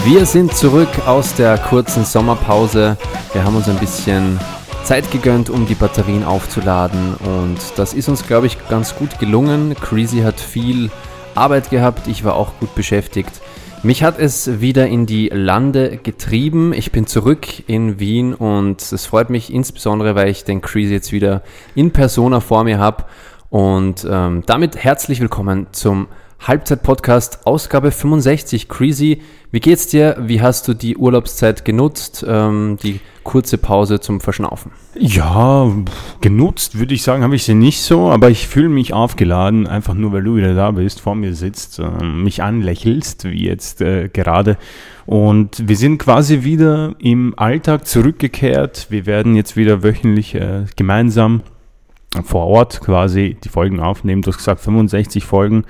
Wir sind zurück aus der kurzen Sommerpause. Wir haben uns ein bisschen Zeit gegönnt, um die Batterien aufzuladen, und das ist uns, glaube ich, ganz gut gelungen. Creasy hat viel Arbeit gehabt, ich war auch gut beschäftigt. Mich hat es wieder in die Lande getrieben. Ich bin zurück in Wien und es freut mich insbesondere, weil ich den Creasy jetzt wieder in Persona vor mir habe. Und damit herzlich willkommen zum Halbzeit-Podcast, Ausgabe 65. Creasy, wie geht's dir? Wie hast du die Urlaubszeit genutzt? Die kurze Pause zum Verschnaufen? Ja, genutzt würde ich sagen, habe ich sie nicht so, aber ich fühle mich aufgeladen, einfach nur, weil du wieder da bist, vor mir sitzt, mich anlächelst, wie jetzt gerade. Und wir sind quasi wieder im Alltag zurückgekehrt. Wir werden jetzt wieder wöchentlich gemeinsam vor Ort quasi die Folgen aufnehmen. Du hast gesagt 65 Folgen,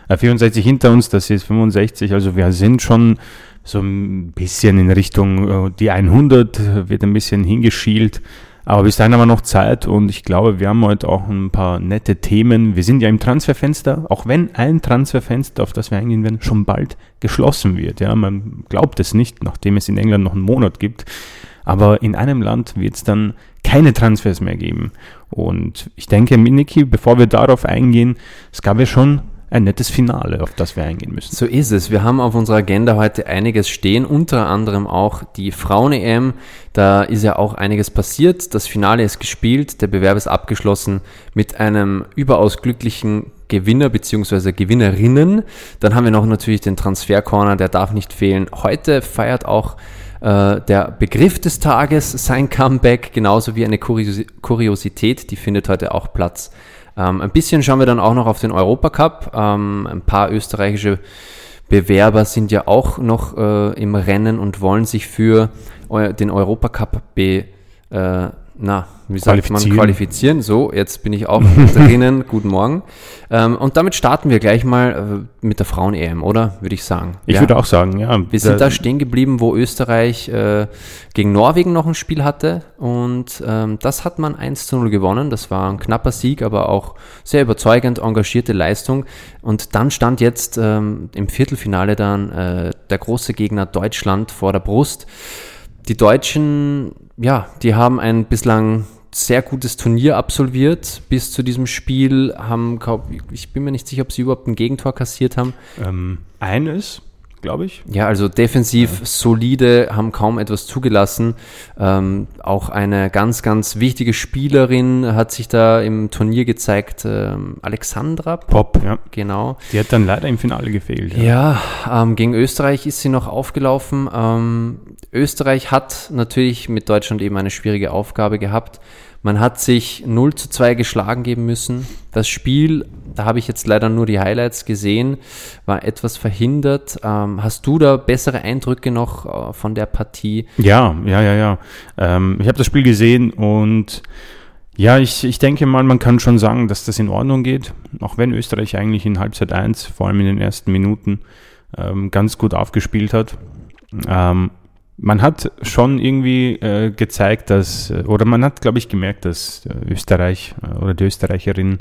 64 hinter uns, das ist 65, also wir sind schon so ein bisschen in Richtung die 100, wird ein bisschen hingeschielt, aber bis dahin haben wir noch Zeit und ich glaube, wir haben heute auch ein paar nette Themen. Wir sind ja im Transferfenster, auch wenn ein Transferfenster, auf das wir eingehen werden, schon bald geschlossen wird. Ja, man glaubt es nicht, nachdem es in England noch einen Monat gibt, aber in einem Land wird es dann keine Transfers mehr geben. Und ich denke, Niki, bevor wir darauf eingehen, es gab ja schon ein nettes Finale, auf das wir eingehen müssen. So ist es. Wir haben auf unserer Agenda heute einiges stehen, unter anderem auch die Frauen-EM. Da ist ja auch einiges passiert. Das Finale ist gespielt, der Bewerb ist abgeschlossen mit einem überaus glücklichen Gewinner bzw. Gewinnerinnen. Dann haben wir noch natürlich den Transfer-Corner, der darf nicht fehlen. Heute feiert auch der Begriff des Tages sein Comeback, genauso wie eine Kuriosität, die findet heute auch Platz. Ein bisschen schauen wir dann auch noch auf den Europacup. Ein paar österreichische Bewerber sind ja auch noch im Rennen und wollen sich für den Europacup qualifizieren. So, jetzt bin ich auch drinnen. Guten Morgen. Und damit starten wir gleich mal mit der Frauen-EM, oder? Würde ich sagen. Ich würde auch sagen, ja. Wir sind da stehen geblieben, wo Österreich gegen Norwegen noch ein Spiel hatte. Und das hat man 1:0 gewonnen. Das war ein knapper Sieg, aber auch sehr überzeugend, engagierte Leistung. Und dann stand jetzt im Viertelfinale dann der große Gegner Deutschland vor der Brust. Die Deutschen, ja, die haben ein bislang sehr gutes Turnier absolviert bis zu diesem Spiel, ich bin mir nicht sicher, ob sie überhaupt ein Gegentor kassiert haben. Eines, glaube ich. Ja, also defensiv solide, haben kaum etwas zugelassen. Auch eine ganz, ganz wichtige Spielerin hat sich da im Turnier gezeigt, Alexandra Popp. Ja. Genau. Die hat dann leider im Finale gefehlt. Ja, gegen Österreich ist sie noch aufgelaufen. Österreich hat natürlich mit Deutschland eben eine schwierige Aufgabe gehabt. Man hat sich 0:2 geschlagen geben müssen. Das Spiel, da habe ich jetzt leider nur die Highlights gesehen, war etwas verhindert. Hast du da bessere Eindrücke noch von der Partie? Ja. Ich habe das Spiel gesehen und ja, ich denke mal, man kann schon sagen, dass das in Ordnung geht. Auch wenn Österreich eigentlich in Halbzeit 1, vor allem in den ersten Minuten, ganz gut aufgespielt hat. Man hat schon irgendwie gezeigt, man hat, glaube ich, gemerkt, dass Österreich oder die Österreicherinnen,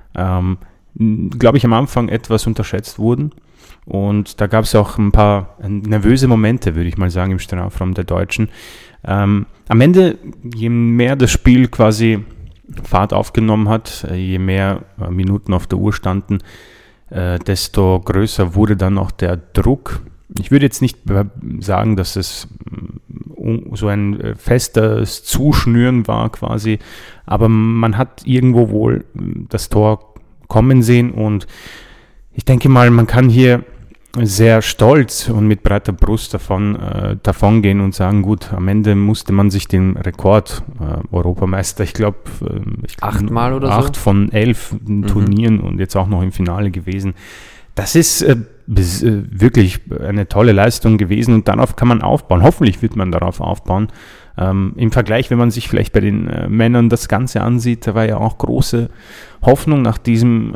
glaube ich, am Anfang etwas unterschätzt wurden. Und da gab es auch ein paar nervöse Momente, würde ich mal sagen, im Strafraum der Deutschen. Am Ende, je mehr das Spiel quasi Fahrt aufgenommen hat, je mehr Minuten auf der Uhr standen, desto größer wurde dann auch der Druck. Ich würde jetzt nicht sagen, dass es so ein festes Zuschnüren war quasi, aber man hat irgendwo wohl das Tor kommen sehen und ich denke mal, man kann hier sehr stolz und mit breiter Brust davon gehen und sagen, gut, am Ende musste man sich den Rekord Europameister, ich glaube 8-mal oder so? 8 von 11 Turnieren und jetzt auch noch im Finale gewesen. Das ist wirklich eine tolle Leistung gewesen und darauf kann man aufbauen. Hoffentlich wird man darauf aufbauen. Im Vergleich, wenn man sich vielleicht bei den Männern das Ganze ansieht, da war ja auch große Hoffnung nach diesem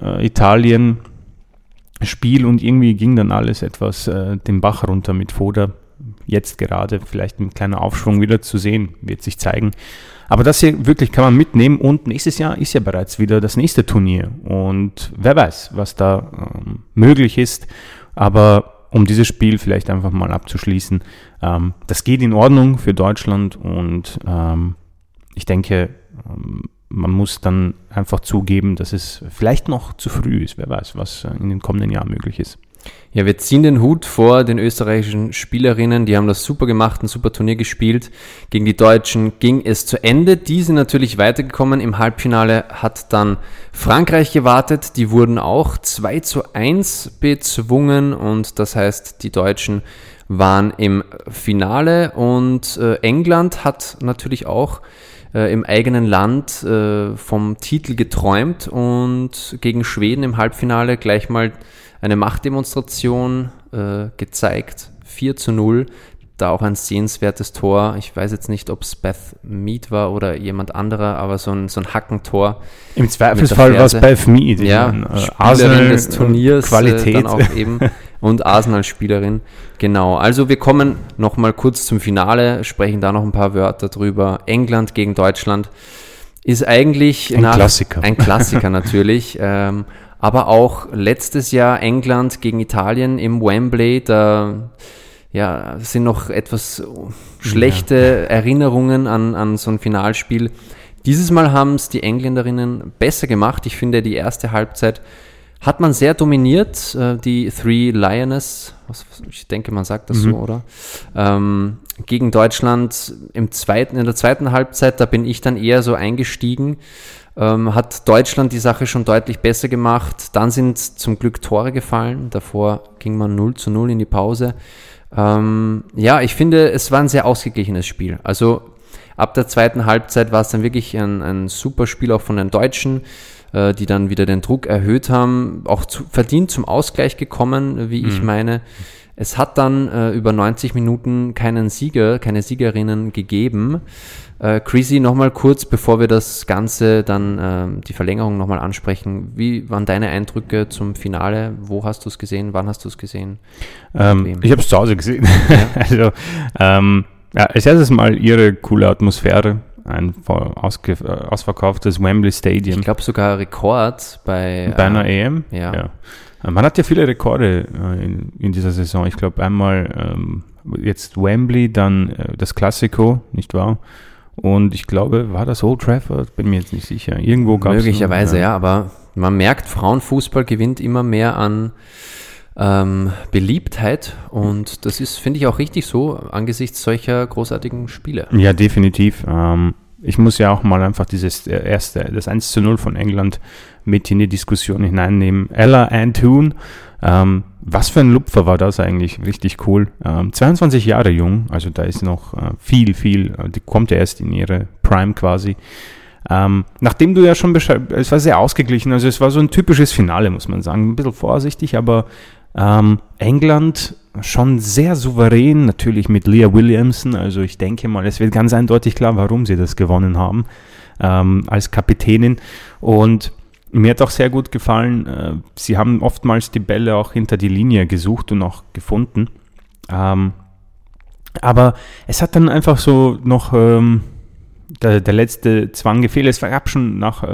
Italien-Spiel und irgendwie ging dann alles etwas den Bach runter mit Foda. Jetzt gerade vielleicht ein kleiner Aufschwung wieder zu sehen, wird sich zeigen. Aber das hier wirklich kann man mitnehmen und nächstes Jahr ist ja bereits wieder das nächste Turnier und wer weiß, was da möglich ist. Aber um dieses Spiel vielleicht einfach mal abzuschließen, das geht in Ordnung für Deutschland und ich denke, man muss dann einfach zugeben, dass es vielleicht noch zu früh ist. Wer weiß, was in den kommenden Jahren möglich ist. Ja, wir ziehen den Hut vor den österreichischen Spielerinnen, die haben das super gemacht, ein super Turnier gespielt. Gegen die Deutschen ging es zu Ende, die sind natürlich weitergekommen. Im Halbfinale hat dann Frankreich gewartet, die wurden auch 2-1 bezwungen und das heißt, die Deutschen waren im Finale und England hat natürlich auch im eigenen Land vom Titel geträumt und gegen Schweden im Halbfinale gleich mal eine Machtdemonstration gezeigt, 4-0, da auch ein sehenswertes Tor. Ich weiß jetzt nicht, ob es Beth Mead war oder jemand anderer, aber so ein Hackentor. Im Zweifelsfall war es Beth Mead. Ja, Spielerin des Turniers Qualität. Dann auch eben und Arsenal-Spielerin. Genau, also wir kommen nochmal kurz zum Finale, sprechen da noch ein paar Wörter drüber. England gegen Deutschland ist eigentlich ein Klassiker. Ein Klassiker natürlich. Aber auch letztes Jahr England gegen Italien im Wembley, da sind noch etwas schlechte Erinnerungen an so ein Finalspiel. Dieses Mal haben es die Engländerinnen besser gemacht. Ich finde, die erste Halbzeit hat man sehr dominiert, die Three Lioness, ich denke, man sagt das so, oder? Gegen Deutschland in der zweiten Halbzeit, da bin ich dann eher so eingestiegen, hat Deutschland die Sache schon deutlich besser gemacht. Dann sind zum Glück Tore gefallen. Davor ging man 0-0 in die Pause. Ich finde, es war ein sehr ausgeglichenes Spiel. Also ab der zweiten Halbzeit war es dann wirklich ein super Spiel auch von den Deutschen, die dann wieder den Druck erhöht haben. Auch verdient zum Ausgleich gekommen, wie ich meine. Es hat dann über 90 Minuten keinen Sieger, keine Siegerinnen gegeben. Chrissy, nochmal kurz, bevor wir das Ganze dann die Verlängerung nochmal ansprechen. Wie waren deine Eindrücke zum Finale? Wo hast du es gesehen? Wann hast du es gesehen? Ich habe es zu Hause gesehen. Ja. Also, als erstes mal ihre coole Atmosphäre. Ein ausverkauftes Wembley Stadium. Ich glaube sogar Rekord bei einer EM. Ja. Man hat ja viele Rekorde in dieser Saison. Ich glaube einmal jetzt Wembley, dann das Classico, nicht wahr? Und ich glaube, war das Old Trafford? Bin mir jetzt nicht sicher. Irgendwo gab es möglicherweise, ja, aber man merkt, Frauenfußball gewinnt immer mehr an Beliebtheit und das ist, finde ich, auch richtig so angesichts solcher großartigen Spiele. Ja, definitiv. Ich muss ja auch mal einfach das 1-0 von England mit in die Diskussion hineinnehmen. Ella Antoon, was für ein Lupfer war das eigentlich? Richtig cool. 22 Jahre jung, also da ist noch viel, die kommt ja erst in ihre Prime quasi. Nachdem du ja schon es war sehr ausgeglichen, also es war so ein typisches Finale, muss man sagen. Ein bisschen vorsichtig, aber England schon sehr souverän, natürlich mit Leah Williamson, also ich denke mal, es wird ganz eindeutig klar, warum sie das gewonnen haben, als Kapitänin. Und mir hat auch sehr gut gefallen, sie haben oftmals die Bälle auch hinter die Linie gesucht und auch gefunden. Aber es hat dann einfach so noch der letzte Zwang gefehlt. Es gab schon nach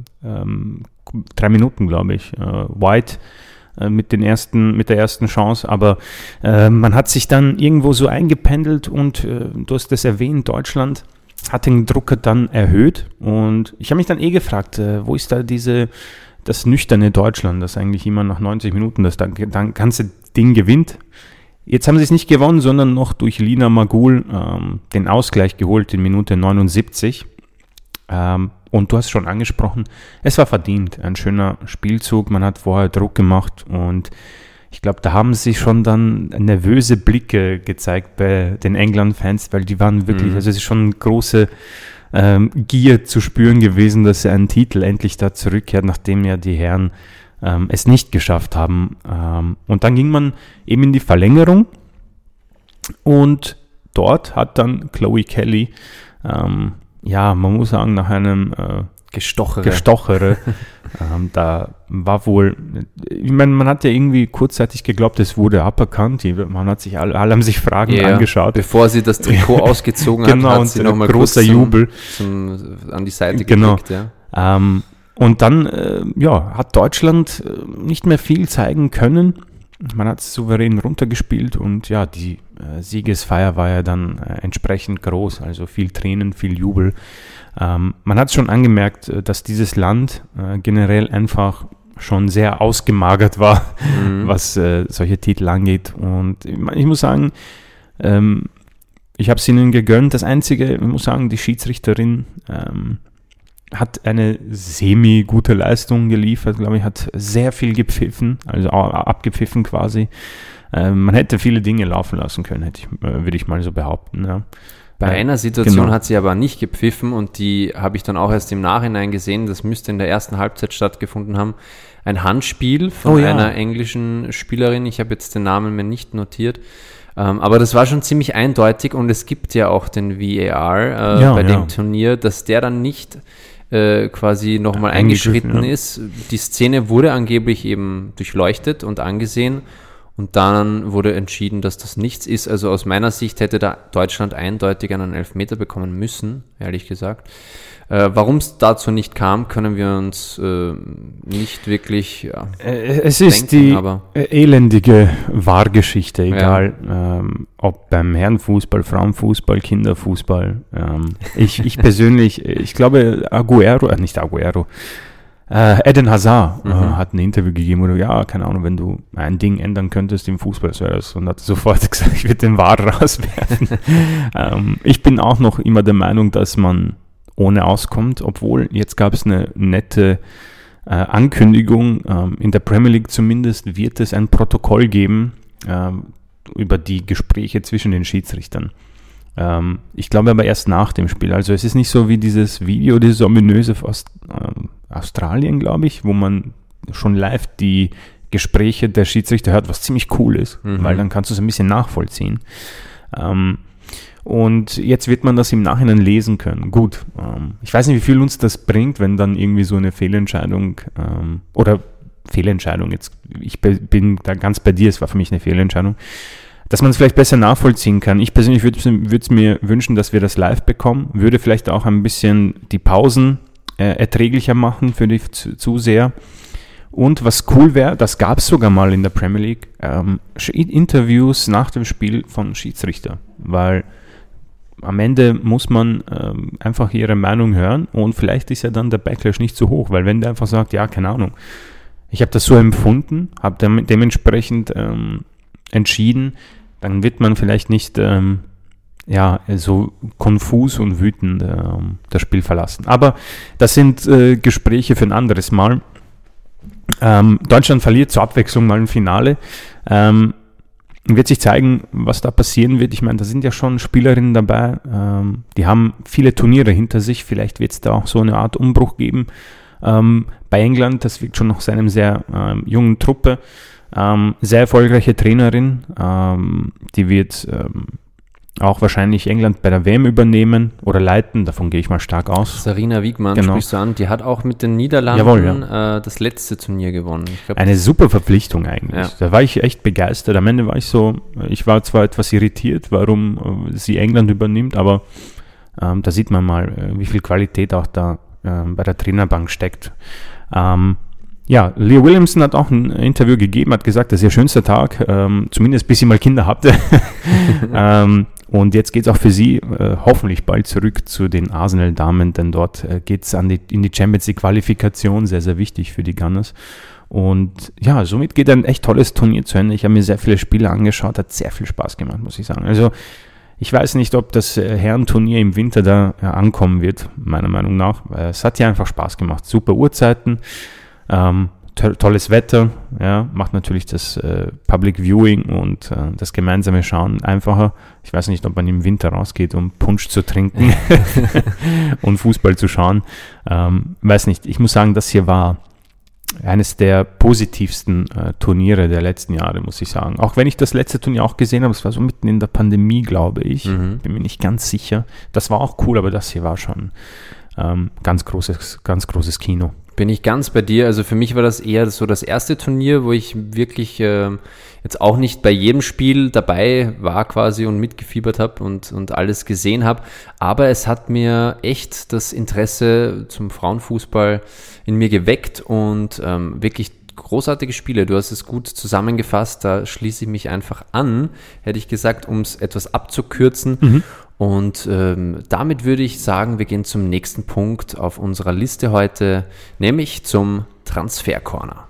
3 Minuten, glaube ich, White mit der ersten Chance, aber man hat sich dann irgendwo so eingependelt und du hast das erwähnt, Deutschland hat den Druck dann erhöht und ich habe mich dann gefragt, wo ist da das nüchterne Deutschland, das eigentlich immer nach 90 Minuten das dann ganze Ding gewinnt. Jetzt haben sie es nicht gewonnen, sondern noch durch Lina Magul den Ausgleich geholt in Minute 79. Und du hast schon angesprochen, es war verdient, ein schöner Spielzug, man hat vorher Druck gemacht und ich glaube, da haben sich schon dann nervöse Blicke gezeigt bei den England-Fans, weil die waren wirklich, also es ist schon große Gier zu spüren gewesen, dass ein Titel endlich da zurückkehrt, nachdem ja die Herren es nicht geschafft haben. Und dann ging man eben in die Verlängerung und dort hat dann Chloe Kelly man muss sagen, nach einem Gestochere. Da war wohl, ich meine, man hat ja irgendwie kurzzeitig geglaubt, es wurde aberkannt. Man hat sich alle haben sich Fragen angeschaut. Bevor sie das Trikot ausgezogen hat sie nochmal großer Jubel an die Seite gelegt. Ja. Und dann hat Deutschland nicht mehr viel zeigen können. man hat es souverän runtergespielt und ja, die Siegesfeier war ja dann entsprechend groß, also viel Tränen, viel Jubel. Man hat schon angemerkt, dass dieses Land generell einfach schon sehr ausgemagert war, was solche Titel angeht. Und ich muss sagen, ich habe es ihnen gegönnt. Das Einzige, ich muss sagen, die Schiedsrichterin hat eine semi-gute Leistung geliefert, glaube ich, hat sehr viel gepfiffen, also abgepfiffen quasi. Man hätte viele Dinge laufen lassen können, würde ich mal so behaupten. Ja. Bei einer Situation hat sie aber nicht gepfiffen und die habe ich dann auch erst im Nachhinein gesehen, das müsste in der ersten Halbzeit stattgefunden haben. Ein Handspiel von einer englischen Spielerin, ich habe jetzt den Namen mir nicht notiert, aber das war schon ziemlich eindeutig und es gibt ja auch den VAR bei dem Turnier, dass der dann nicht quasi nochmal eingeschritten ist. Die Szene wurde angeblich eben durchleuchtet und angesehen und dann wurde entschieden, dass das nichts ist. Also aus meiner Sicht hätte da Deutschland eindeutig einen Elfmeter bekommen müssen, ehrlich gesagt. Warum es dazu nicht kam, können wir uns nicht wirklich es denken, ist die elendige Wahrgeschichte, egal ob beim Herrenfußball, Frauenfußball, Kinderfußball. Ich persönlich, ich glaube Eden Hazard hat ein Interview gegeben, oder ja, keine Ahnung, wenn du ein Ding ändern könntest im Fußball, so wäre das, und hat sofort gesagt, ich würde den VAR rauswerfen. Ich bin auch noch immer der Meinung, dass man ohne auskommt, obwohl jetzt gab es eine nette Ankündigung, in der Premier League zumindest wird es ein Protokoll geben über die Gespräche zwischen den Schiedsrichtern. Ich glaube aber erst nach dem Spiel, also es ist nicht so wie dieses Video, dieses ominöse aus Australien, glaube ich, wo man schon live die Gespräche der Schiedsrichter hört, was ziemlich cool ist, weil dann kannst du es ein bisschen nachvollziehen. Und jetzt wird man das im Nachhinein lesen können. Gut, ich weiß nicht, wie viel uns das bringt, wenn dann irgendwie so eine Fehlentscheidung jetzt, ich bin da ganz bei dir, es war für mich eine Fehlentscheidung, dass man es vielleicht besser nachvollziehen kann. Ich persönlich würde es mir wünschen, dass wir das live bekommen, würde vielleicht auch ein bisschen die Pausen erträglicher machen für die Zuseher. Und was cool wäre, das gab es sogar mal in der Premier League, Interviews nach dem Spiel von Schiedsrichter, weil am Ende muss man einfach ihre Meinung hören und vielleicht ist ja dann der Backlash nicht so hoch, weil wenn der einfach sagt, ja, keine Ahnung, ich habe das so empfunden, habe dementsprechend entschieden, dann wird man vielleicht nicht so konfus und wütend das Spiel verlassen. Aber das sind Gespräche für ein anderes Mal. Deutschland verliert zur Abwechslung mal ein Finale. Wird sich zeigen, was da passieren wird. Ich meine, da sind ja schon Spielerinnen dabei, die haben viele Turniere hinter sich. Vielleicht wird es da auch so eine Art Umbruch geben. Bei England, das wirkt schon nach seinem sehr jungen Truppe. Sehr erfolgreiche Trainerin, die wird auch wahrscheinlich England bei der WM übernehmen oder leiten, davon gehe ich mal stark aus. Sarina Wiegmann sprichst du an, die hat auch mit den Niederlanden das letzte Turnier gewonnen. Ich glaub, eine super Verpflichtung eigentlich. Ja. Da war ich echt begeistert. Am Ende war ich war zwar etwas irritiert, warum sie England übernimmt, aber da sieht man mal, wie viel Qualität auch da bei der Trainerbank steckt. Ja, Leah Williamson hat auch ein Interview gegeben, hat gesagt, das ist ihr schönster Tag, zumindest bis sie mal Kinder hatte. Und jetzt geht es auch für sie hoffentlich bald zurück zu den Arsenal-Damen, denn dort geht es in die Champions League-Qualifikation, sehr, sehr wichtig für die Gunners. Und ja, somit geht ein echt tolles Turnier zu Ende. Ich habe mir sehr viele Spiele angeschaut, hat sehr viel Spaß gemacht, muss ich sagen. Also ich weiß nicht, ob das Herrenturnier im Winter da ankommen wird, meiner Meinung nach. Es hat ja einfach Spaß gemacht. Super Uhrzeiten. Tolles Wetter, ja, macht natürlich das Public Viewing und das gemeinsame Schauen einfacher. Ich weiß nicht, ob man im Winter rausgeht, um Punsch zu trinken und Fußball zu schauen. Weiß nicht, ich muss sagen, das hier war eines der positivsten Turniere der letzten Jahre, muss ich sagen. Auch wenn ich das letzte Turnier auch gesehen habe, es war so mitten in der Pandemie, glaube ich. Bin mir nicht ganz sicher. Das war auch cool, aber das hier war schon ganz großes Kino. Bin ich ganz bei dir. Also für mich war das eher so das erste Turnier, wo ich wirklich jetzt auch nicht bei jedem Spiel dabei war quasi und mitgefiebert habe und alles gesehen habe. Aber es hat mir echt das Interesse zum Frauenfußball in mir geweckt und wirklich großartige Spiele. Du hast es gut zusammengefasst, da schließe ich mich einfach an, hätte ich gesagt, um es etwas abzukürzen. Und damit würde ich sagen, wir gehen zum nächsten Punkt auf unserer Liste heute, nämlich zum Transfer-Corner.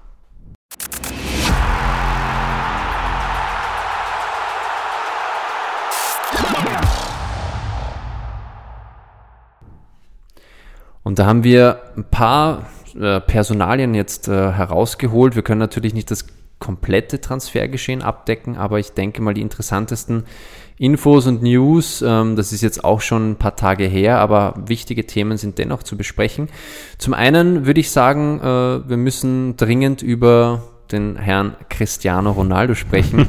Und da haben wir ein paar Personalien jetzt herausgeholt. Wir können natürlich nicht das komplette Transfergeschehen abdecken, aber ich denke mal die interessantesten Infos und News, das ist jetzt auch schon ein paar Tage her, aber wichtige Themen sind dennoch zu besprechen. Zum einen würde ich sagen, wir müssen dringend über den Herrn Cristiano Ronaldo sprechen.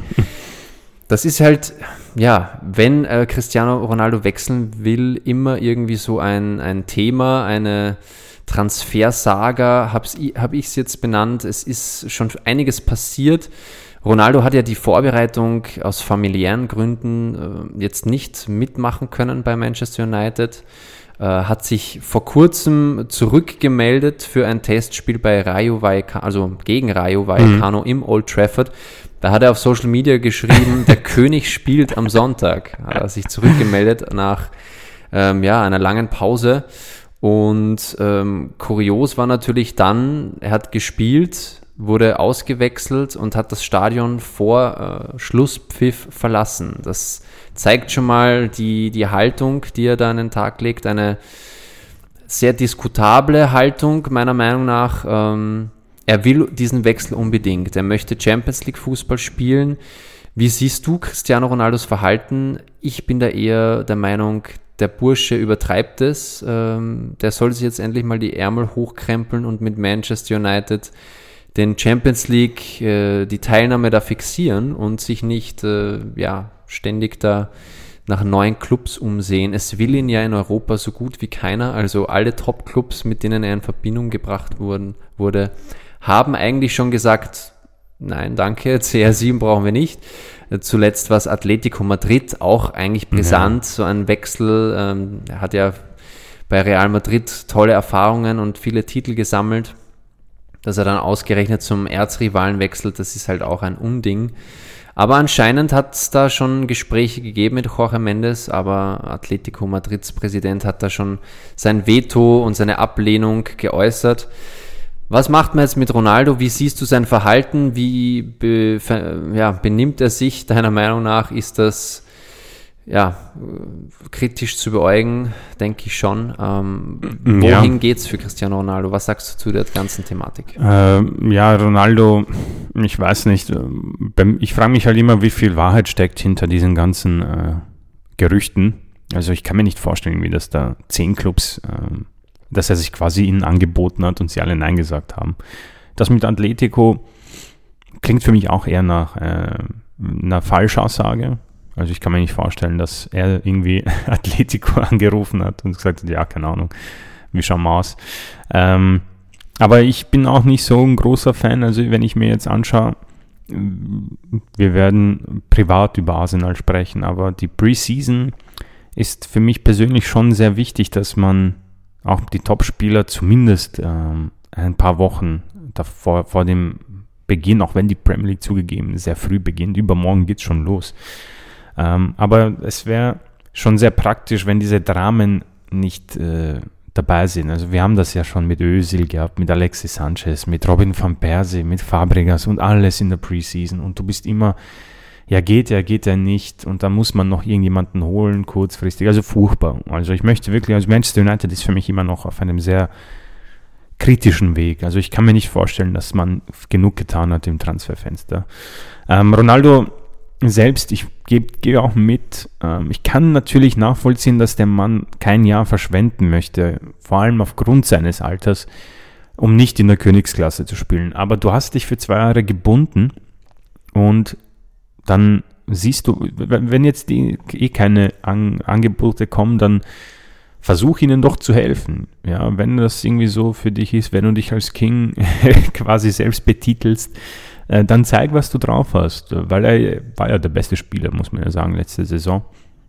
Das ist halt, ja, wenn Cristiano Ronaldo wechseln will, immer irgendwie so ein Thema, eine Transfersaga, hab ich es jetzt benannt. Es ist schon einiges passiert. Ronaldo hat ja die Vorbereitung aus familiären Gründen jetzt nicht mitmachen können bei Manchester United. Hat sich vor kurzem zurückgemeldet für ein Testspiel bei Rayo Vallecano, also gegen Rayo Vallecano im Old Trafford. Da hat er auf Social Media geschrieben, der König spielt am Sonntag. Hat er sich zurückgemeldet nach einer langen Pause. Und kurios war natürlich dann, er hat gespielt, wurde ausgewechselt und hat das Stadion vor Schlusspfiff verlassen. Das zeigt schon mal die Haltung, die er da an den Tag legt. Eine sehr diskutable Haltung, meiner Meinung nach. Er will diesen Wechsel unbedingt. Er möchte Champions League Fußball spielen. Wie siehst du Cristiano Ronaldos Verhalten? Ich bin da eher der Meinung, der Bursche übertreibt es. Der soll sich jetzt endlich mal die Ärmel hochkrempeln und mit Manchester United den Champions League, die Teilnahme da fixieren und sich nicht ständig da nach neuen Clubs umsehen. Es will ihn ja in Europa so gut wie keiner. Also alle Top-Clubs, mit denen er in Verbindung gebracht wurde, haben eigentlich schon gesagt, nein, danke, CR7 brauchen wir nicht. Zuletzt war es Atletico Madrid, auch eigentlich brisant, so ein Wechsel. Er hat ja bei Real Madrid tolle Erfahrungen und viele Titel gesammelt. Dass er dann ausgerechnet zum Erzrivalen wechselt, das ist halt auch ein Unding. Aber anscheinend hat es da schon Gespräche gegeben mit Jorge Mendes, aber Atletico Madrids Präsident hat da schon sein Veto und seine Ablehnung geäußert. Was macht man jetzt mit Ronaldo? Wie siehst du sein Verhalten? Wie benimmt er sich deiner Meinung nach? Ist das kritisch zu beäugen? Denke ich schon. Wohin geht's für Cristiano Ronaldo? Was sagst du zu der ganzen Thematik? Ronaldo, ich weiß nicht. Ich frage mich halt immer, wie viel Wahrheit steckt hinter diesen ganzen Gerüchten. Also ich kann mir nicht vorstellen, wie das da 10 Clubs... dass er sich quasi ihnen angeboten hat und sie alle Nein gesagt haben. Das mit Atletico klingt für mich auch eher nach einer Falschaussage. Also ich kann mir nicht vorstellen, dass er irgendwie Atletico angerufen hat und gesagt hat, ja, keine Ahnung, wie schauen wir aus. Aber ich bin auch nicht so ein großer Fan. Also wenn ich mir jetzt anschaue, wir werden privat über Arsenal sprechen, aber die Preseason ist für mich persönlich schon sehr wichtig, dass man auch die Topspieler zumindest ein paar Wochen davor, vor dem Beginn, auch wenn die Premier League zugegeben sehr früh beginnt, übermorgen geht es schon los. Aber es wäre schon sehr praktisch, wenn diese Dramen nicht dabei sind. Also wir haben das ja schon mit Özil gehabt, mit Alexis Sanchez, mit Robin van Persie, mit Fabregas und alles in der Preseason und du bist immer... geht er nicht und da muss man noch irgendjemanden holen, kurzfristig, also furchtbar. Also ich möchte wirklich, also Manchester United ist für mich immer noch auf einem sehr kritischen Weg. Also ich kann mir nicht vorstellen, dass man genug getan hat im Transferfenster. Ronaldo selbst, ich gehe auch mit, ich kann natürlich nachvollziehen, dass der Mann kein Jahr verschwenden möchte, vor allem aufgrund seines Alters, um nicht in der Königsklasse zu spielen. Aber du hast dich für 2 Jahre gebunden und dann siehst du, wenn jetzt keine Angebote kommen, dann versuch ihnen doch zu helfen. Ja, wenn das irgendwie so für dich ist, wenn du dich als King quasi selbst betitelst, dann zeig, was du drauf hast. Weil er war ja der beste Spieler, muss man ja sagen, letzte Saison.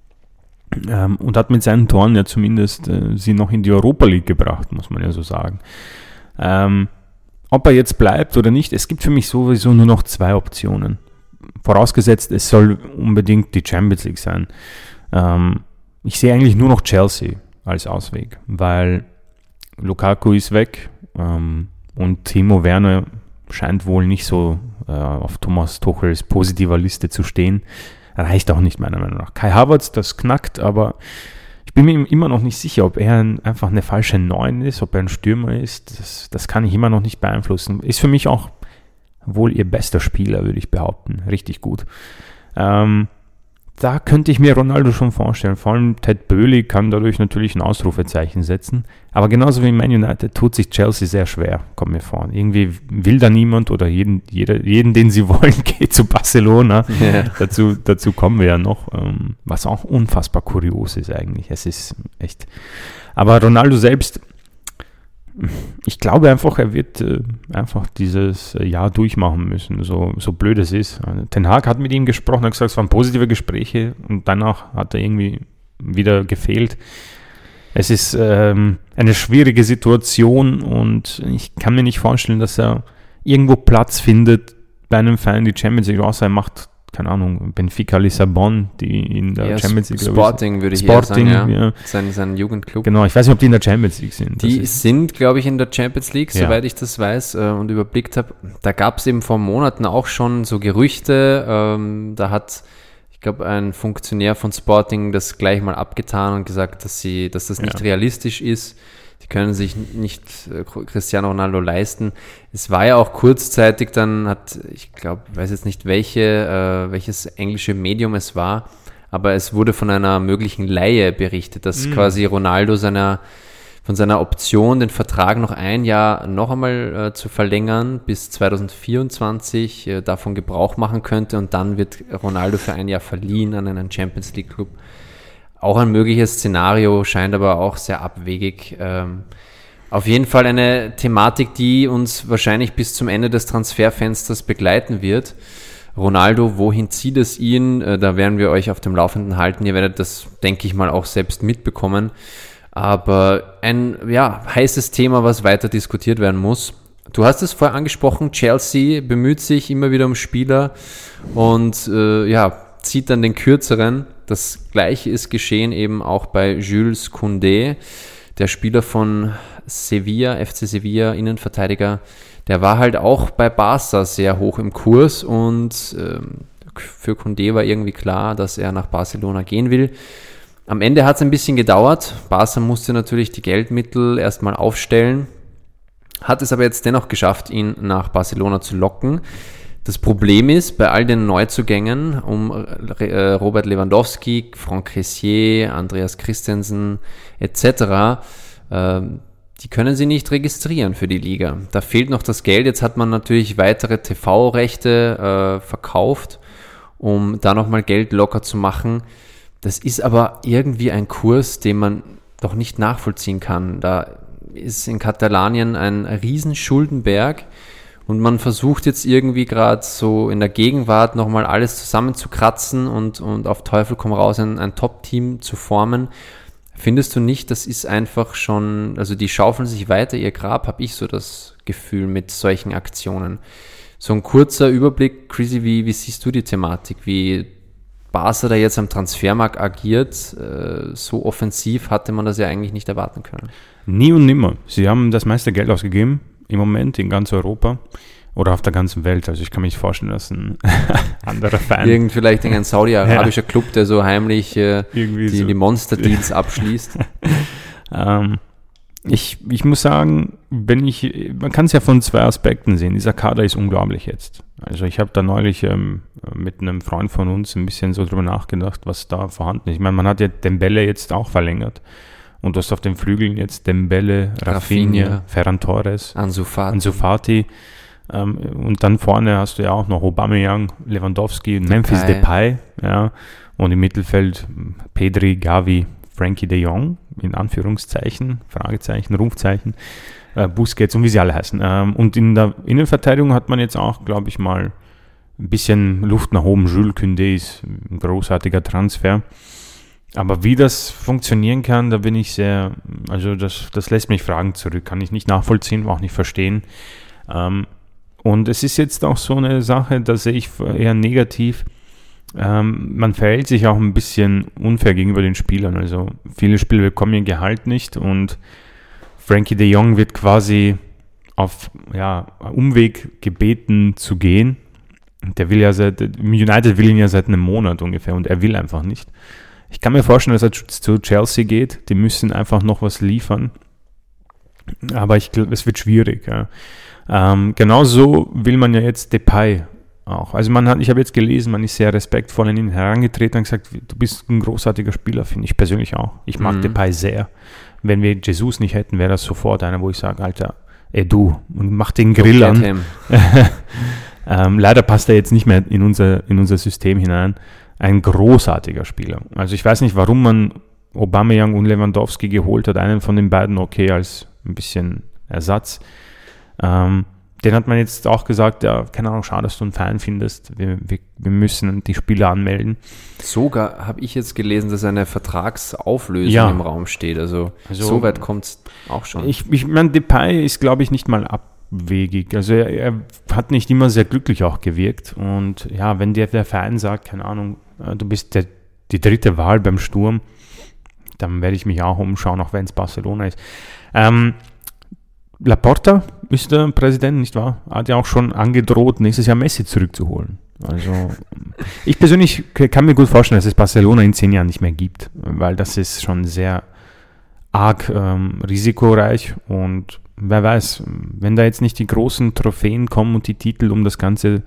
Und hat mit seinen Toren ja zumindest sie noch in die Europa League gebracht, muss man ja so sagen. ob er jetzt bleibt oder nicht, es gibt für mich sowieso nur noch 2 Optionen. Vorausgesetzt, es soll unbedingt die Champions League sein. Ich sehe eigentlich nur noch Chelsea als Ausweg, weil Lukaku ist weg und Timo Werner scheint wohl nicht so auf Thomas Tuchels positiver Liste zu stehen. Reicht auch nicht, meiner Meinung nach. Kai Havertz, das knackt, aber ich bin mir immer noch nicht sicher, ob er einfach eine falsche 9 ist, ob er ein Stürmer ist. Das kann ich immer noch nicht beeinflussen. Ist für mich auch wohl ihr bester Spieler, würde ich behaupten. Richtig gut. Da könnte ich mir Ronaldo schon vorstellen. Vor allem Ted Boehly kann dadurch natürlich ein Ausrufezeichen setzen. Aber genauso wie in Man United tut sich Chelsea sehr schwer, kommt mir vor. Irgendwie will da niemand oder jeden, den sie wollen, geht zu Barcelona. Yeah. Dazu kommen wir ja noch, was auch unfassbar kurios ist eigentlich. Es ist echt... Aber Ronaldo selbst... Ich glaube einfach, er wird einfach dieses Jahr durchmachen müssen, so blöd es ist. Ten Hag hat mit ihm gesprochen, hat gesagt, es waren positive Gespräche und danach hat er irgendwie wieder gefehlt. Es ist eine schwierige Situation und ich kann mir nicht vorstellen, dass er irgendwo Platz findet bei einem Verein, die Champions League, außer er macht, keine Ahnung, Benfica Lissabon, die in der Champions League, Sporting würde ich eher sagen, ja. Sein Jugendclub. Genau, ich weiß nicht, ob die in der Champions League sind. Die sind, glaube ich, in der Champions League, soweit ich das weiß und überblickt habe. Da gab es eben vor Monaten auch schon so Gerüchte, da hat, ich glaube, ein Funktionär von Sporting das gleich mal abgetan und gesagt, dass das nicht realistisch ist. Die können sich nicht Cristiano Ronaldo leisten. Es war ja auch kurzzeitig, dann ich weiß jetzt nicht welches englische Medium es war, aber es wurde von einer möglichen Leihe berichtet, dass quasi Ronaldo von seiner Option, den Vertrag noch ein Jahr noch einmal zu verlängern bis 2024 davon Gebrauch machen könnte und dann wird Ronaldo für ein Jahr verliehen an einen Champions League Club. Auch ein mögliches Szenario, scheint aber auch sehr abwegig. Auf jeden Fall eine Thematik, die uns wahrscheinlich bis zum Ende des Transferfensters begleiten wird. Ronaldo, wohin zieht es ihn? Da werden wir euch auf dem Laufenden halten. Ihr werdet das, denke ich mal, auch selbst mitbekommen. Aber ein heißes Thema, was weiter diskutiert werden muss. Du hast es vorher angesprochen, Chelsea bemüht sich immer wieder um Spieler und zieht dann den kürzeren. Das Gleiche ist geschehen eben auch bei Jules Koundé, der Spieler von Sevilla, FC Sevilla, Innenverteidiger. Der war halt auch bei Barca sehr hoch im Kurs und für Koundé war irgendwie klar, dass er nach Barcelona gehen will. Am Ende hat es ein bisschen gedauert. Barca musste natürlich die Geldmittel erstmal aufstellen, hat es aber jetzt dennoch geschafft, ihn nach Barcelona zu locken. Das Problem ist, bei all den Neuzugängen um Robert Lewandowski, Franck Kessié, Andreas Christensen etc., die können sie nicht registrieren für die Liga. Da fehlt noch das Geld. Jetzt hat man natürlich weitere TV-Rechte verkauft, um da nochmal Geld locker zu machen. Das ist aber irgendwie ein Kurs, den man doch nicht nachvollziehen kann. Da ist in Katalanien ein riesen Schuldenberg. Und man versucht jetzt irgendwie gerade so in der Gegenwart nochmal alles zusammenzukratzen und auf Teufel komm raus ein Top-Team zu formen. Findest du nicht, das ist einfach schon, also die schaufeln sich weiter ihr Grab, habe ich so das Gefühl mit solchen Aktionen. So ein kurzer Überblick, Chrissy, wie siehst du die Thematik, wie Barca da jetzt am Transfermarkt agiert? So offensiv hatte man das ja eigentlich nicht erwarten können. Nie und nimmer. Sie haben das meiste Geld ausgegeben. Im Moment in ganz Europa oder auf der ganzen Welt. Also ich kann mir nicht vorstellen, dass ein anderer Verein... Vielleicht ein saudi-arabischer Club, der so heimlich die Monster-Deals abschließt. Ich muss sagen, man kann es ja von 2 Aspekten sehen. Dieser Kader ist unglaublich jetzt. Also ich habe da neulich mit einem Freund von uns ein bisschen so drüber nachgedacht, was da vorhanden ist. Ich meine, man hat ja Dembele jetzt auch verlängert. Und du hast auf den Flügeln jetzt Dembele, Rafinha, Ferran Torres, Ansu Fati. Und dann vorne hast du ja auch noch Aubameyang, Lewandowski, Memphis Depay. Ja. Und im Mittelfeld Pedri, Gavi, Frankie de Jong, in Anführungszeichen, Fragezeichen, Rufzeichen, Busquets und wie sie alle heißen. Und in der Innenverteidigung hat man jetzt auch, glaube ich mal, ein bisschen Luft nach oben. Jules Koundé ist ein großartiger Transfer. Aber wie das funktionieren kann, da bin ich das lässt mich Fragen zurück. Kann ich nicht nachvollziehen, auch nicht verstehen. Und es ist jetzt auch so eine Sache, da sehe ich eher negativ. Man verhält sich auch ein bisschen unfair gegenüber den Spielern. Also viele Spieler bekommen ihr Gehalt nicht und Frankie de Jong wird quasi auf Umweg gebeten zu gehen. Der will United will ihn ja seit einem Monat ungefähr und er will einfach nicht. Ich kann mir vorstellen, dass er zu Chelsea geht. Die müssen einfach noch was liefern. Aber ich glaube, es wird schwierig. Ja. Genauso will man ja jetzt Depay auch. Also ich habe jetzt gelesen, man ist sehr respektvoll an ihn herangetreten und gesagt, du bist ein großartiger Spieler, finde ich persönlich auch. Ich mag Depay sehr. Wenn wir Jesus nicht hätten, wäre das sofort einer, wo ich sage, Alter, du, und mach den Grill an. Leider passt er jetzt nicht mehr in unser System hinein. Ein großartiger Spieler. Also ich weiß nicht, warum man Aubameyang und Lewandowski geholt hat. Einen von den beiden okay als ein bisschen Ersatz. Den hat man jetzt auch gesagt, ja, keine Ahnung, schade, dass du einen Fan findest. Wir müssen die Spieler anmelden. Sogar habe ich jetzt gelesen, dass eine Vertragsauflösung im Raum steht. Also so weit kommt es auch schon. Ich meine, Depay ist, glaube ich, nicht mal abwegig. Also er hat nicht immer sehr glücklich auch gewirkt. Und ja, wenn der Verein sagt, keine Ahnung, du bist die dritte Wahl beim Sturm, dann werde ich mich auch umschauen, auch wenn es Barcelona ist. Laporta ist der Präsident, nicht wahr? Hat ja auch schon angedroht, nächstes Jahr Messi zurückzuholen. Also ich persönlich kann mir gut vorstellen, dass es Barcelona in 10 Jahren nicht mehr gibt, weil das ist schon sehr arg risikoreich und wer weiß, wenn da jetzt nicht die großen Trophäen kommen und die Titel, um das Ganze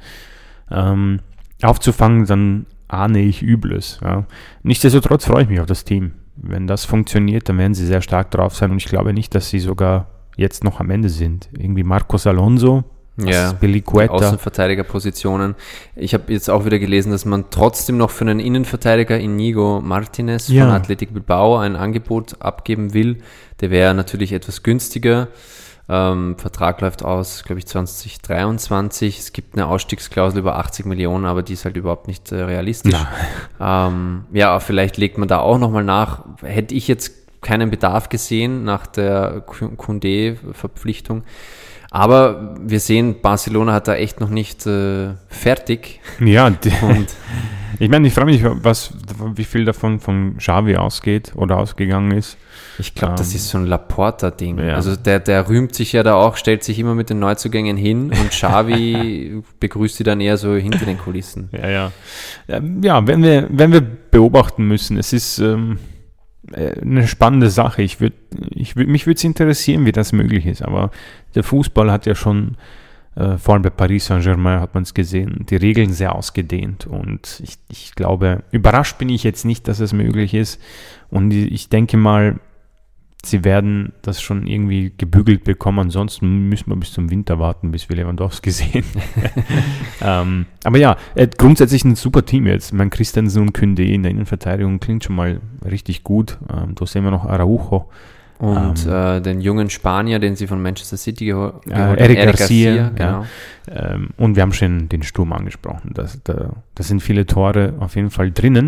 aufzufangen, dann ahne ich Übles. Ja. Nichtsdestotrotz freue ich mich auf das Team. Wenn das funktioniert, dann werden sie sehr stark drauf sein und ich glaube nicht, dass sie sogar jetzt noch am Ende sind. Irgendwie Marcos Alonso, Pilicueta. Außenverteidigerpositionen. Ich habe jetzt auch wieder gelesen, dass man trotzdem noch für einen Innenverteidiger Inigo Martinez von Athletic Bilbao ein Angebot abgeben will. Der wäre natürlich etwas günstiger. Vertrag läuft aus, glaube ich, 2023. Es gibt eine Ausstiegsklausel über 80 Millionen, aber die ist halt überhaupt nicht realistisch. Vielleicht legt man da auch nochmal nach. Hätte ich jetzt keinen Bedarf gesehen nach der Koundé-Verpflichtung. Aber wir sehen, Barcelona hat da echt noch nicht fertig. Ja, ich meine, ich frage mich, wie viel davon von Xavi ausgeht oder ausgegangen ist. Ich glaube, das ist so ein Laporta-Ding. Ja. Also der rühmt sich ja da auch, stellt sich immer mit den Neuzugängen hin und Xavi begrüßt sie dann eher so hinter den Kulissen. Ja, wenn wir beobachten müssen, es ist eine spannende Sache. Mich würde es interessieren, wie das möglich ist, aber der Fußball hat ja schon, vor allem bei Paris Saint-Germain hat man es gesehen, die Regeln sehr ausgedehnt und ich glaube, überrascht bin ich jetzt nicht, dass es möglich ist und ich denke mal, sie werden das schon irgendwie gebügelt bekommen, ansonsten müssen wir bis zum Winter warten, bis wir Lewandowski sehen. Aber ja, grundsätzlich ein super Team jetzt. Christensen und Koundé in der Innenverteidigung klingt schon mal richtig gut. Da sehen wir noch Araujo. Und den jungen Spanier, den sie von Manchester City geholt haben. Eric Garcia, genau. Ja. Und wir haben schon den Sturm angesprochen. Da sind viele Tore auf jeden Fall drinnen.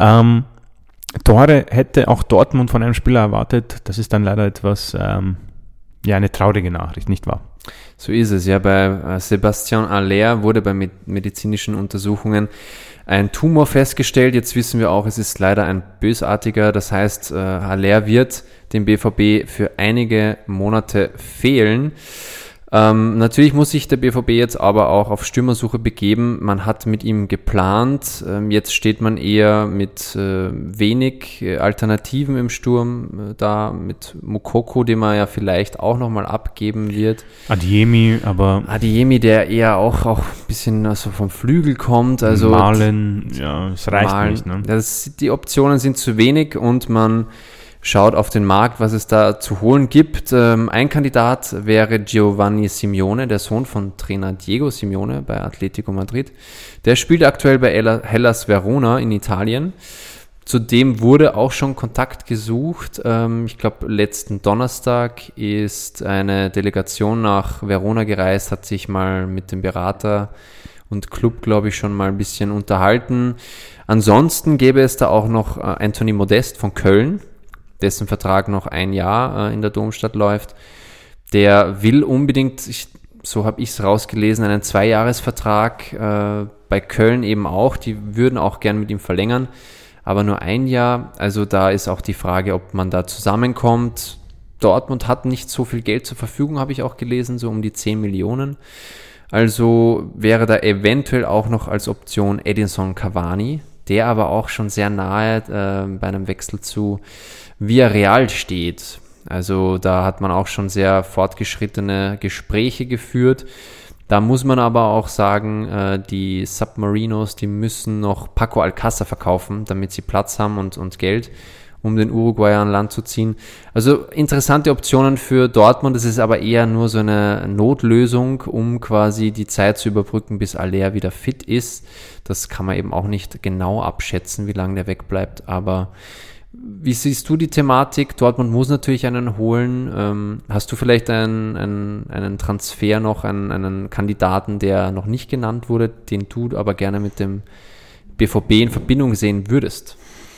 Tore hätte auch Dortmund von einem Spieler erwartet. Das ist dann leider etwas, eine traurige Nachricht, nicht wahr? So ist es, ja. Bei Sebastian Haller wurde bei medizinischen Untersuchungen ein Tumor festgestellt. Jetzt wissen wir auch, es ist leider ein bösartiger. Das heißt, Haller wird dem BVB für einige Monate fehlen. Natürlich muss sich der BVB jetzt aber auch auf Stürmersuche begeben. Man hat mit ihm geplant. Jetzt steht man eher mit wenig Alternativen im Sturm da, mit Moukoko, den man ja vielleicht auch nochmal abgeben wird. Adeyemi, der eher auch ein bisschen also vom Flügel kommt. Also Malen, es reicht nicht. Ne? Die Optionen sind zu wenig und man schaut auf den Markt, was es da zu holen gibt. Ein Kandidat wäre Giovanni Simeone, der Sohn von Trainer Diego Simeone bei Atletico Madrid. Der spielt aktuell bei Hellas Verona in Italien. Zudem wurde auch schon Kontakt gesucht. Ich glaube, letzten Donnerstag ist eine Delegation nach Verona gereist, hat sich mal mit dem Berater und Club, glaube ich, schon mal ein bisschen unterhalten. Ansonsten gäbe es da auch noch Anthony Modest von Köln, dessen Vertrag noch ein Jahr in der Domstadt läuft. Der will unbedingt so habe ich es rausgelesen, einen 2-Jahres-Vertrag, bei Köln eben auch, die würden auch gern mit ihm verlängern, aber nur 1 Jahr, also da ist auch die Frage, ob man da zusammenkommt. Dortmund hat nicht so viel Geld zur Verfügung, habe ich auch gelesen, so um die 10 Millionen. Also wäre da eventuell auch noch als Option Edinson Cavani, der aber auch schon sehr nahe bei einem Wechsel zu Villarreal steht. Also da hat man auch schon sehr fortgeschrittene Gespräche geführt. Da muss man aber auch sagen, die Submarinos, die müssen noch Paco Alcácer verkaufen, damit sie Platz haben und Geld, um den Uruguayer an Land zu ziehen. Also interessante Optionen für Dortmund. Das ist aber eher nur so eine Notlösung, um quasi die Zeit zu überbrücken, bis Aller wieder fit ist. Das kann man eben auch nicht genau abschätzen, wie lange der wegbleibt. Aber wie siehst du die Thematik? Dortmund muss natürlich einen holen. Hast du vielleicht einen Transfer noch, einen Kandidaten, der noch nicht genannt wurde, den du aber gerne mit dem BVB in Verbindung sehen würdest?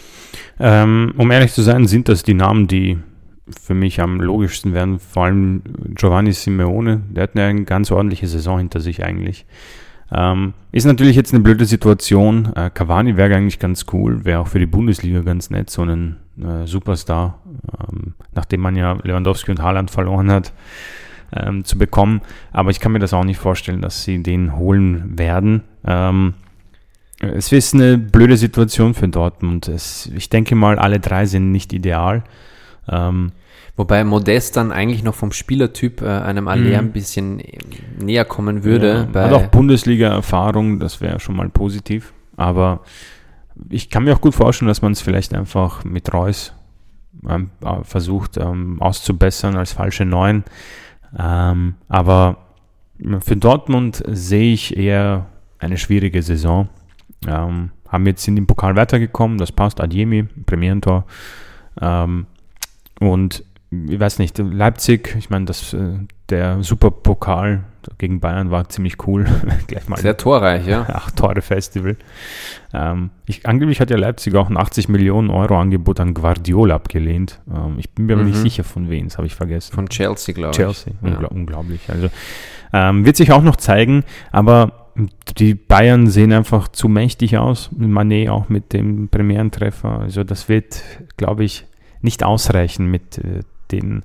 Um ehrlich zu sein, sind das die Namen, die für mich am logischsten wären. Vor allem Giovanni Simeone, der hat eine ganz ordentliche Saison hinter sich eigentlich. Ist natürlich jetzt eine blöde Situation. Cavani wäre eigentlich ganz cool, wäre auch für die Bundesliga ganz nett, so einen Superstar, nachdem man ja Lewandowski und Haaland verloren hat, zu bekommen. Aber ich kann mir das auch nicht vorstellen, dass sie den holen werden. Es ist eine blöde Situation für Dortmund. Ich denke mal, alle 3 sind nicht ideal. Wobei Modest dann eigentlich noch vom Spielertyp einem Aller ein bisschen näher kommen würde. Ja, hat auch Bundesliga-Erfahrung, das wäre schon mal positiv. Aber ich kann mir auch gut vorstellen, dass man es vielleicht einfach mit Reus versucht auszubessern als falsche 9. Aber für Dortmund sehe ich eher eine schwierige Saison. Haben jetzt in den Pokal weitergekommen, das passt, Adeyemi, Premierentor. Und ich weiß nicht, Leipzig, ich meine, der Superpokal gegen Bayern war ziemlich cool. Gleich mal sehr torreich, ja. 8-Tore-Festival. Angeblich hat ja Leipzig auch ein 80 Millionen Euro Angebot an Guardiola abgelehnt. Ich bin mir aber nicht sicher, von wem, das habe ich vergessen. Von Chelsea, glaube ich. Chelsea, unglaublich. Also wird sich auch noch zeigen, aber die Bayern sehen einfach zu mächtig aus. Mané auch mit dem Premierentreffer. Also das wird, glaube ich, nicht ausreichen mit den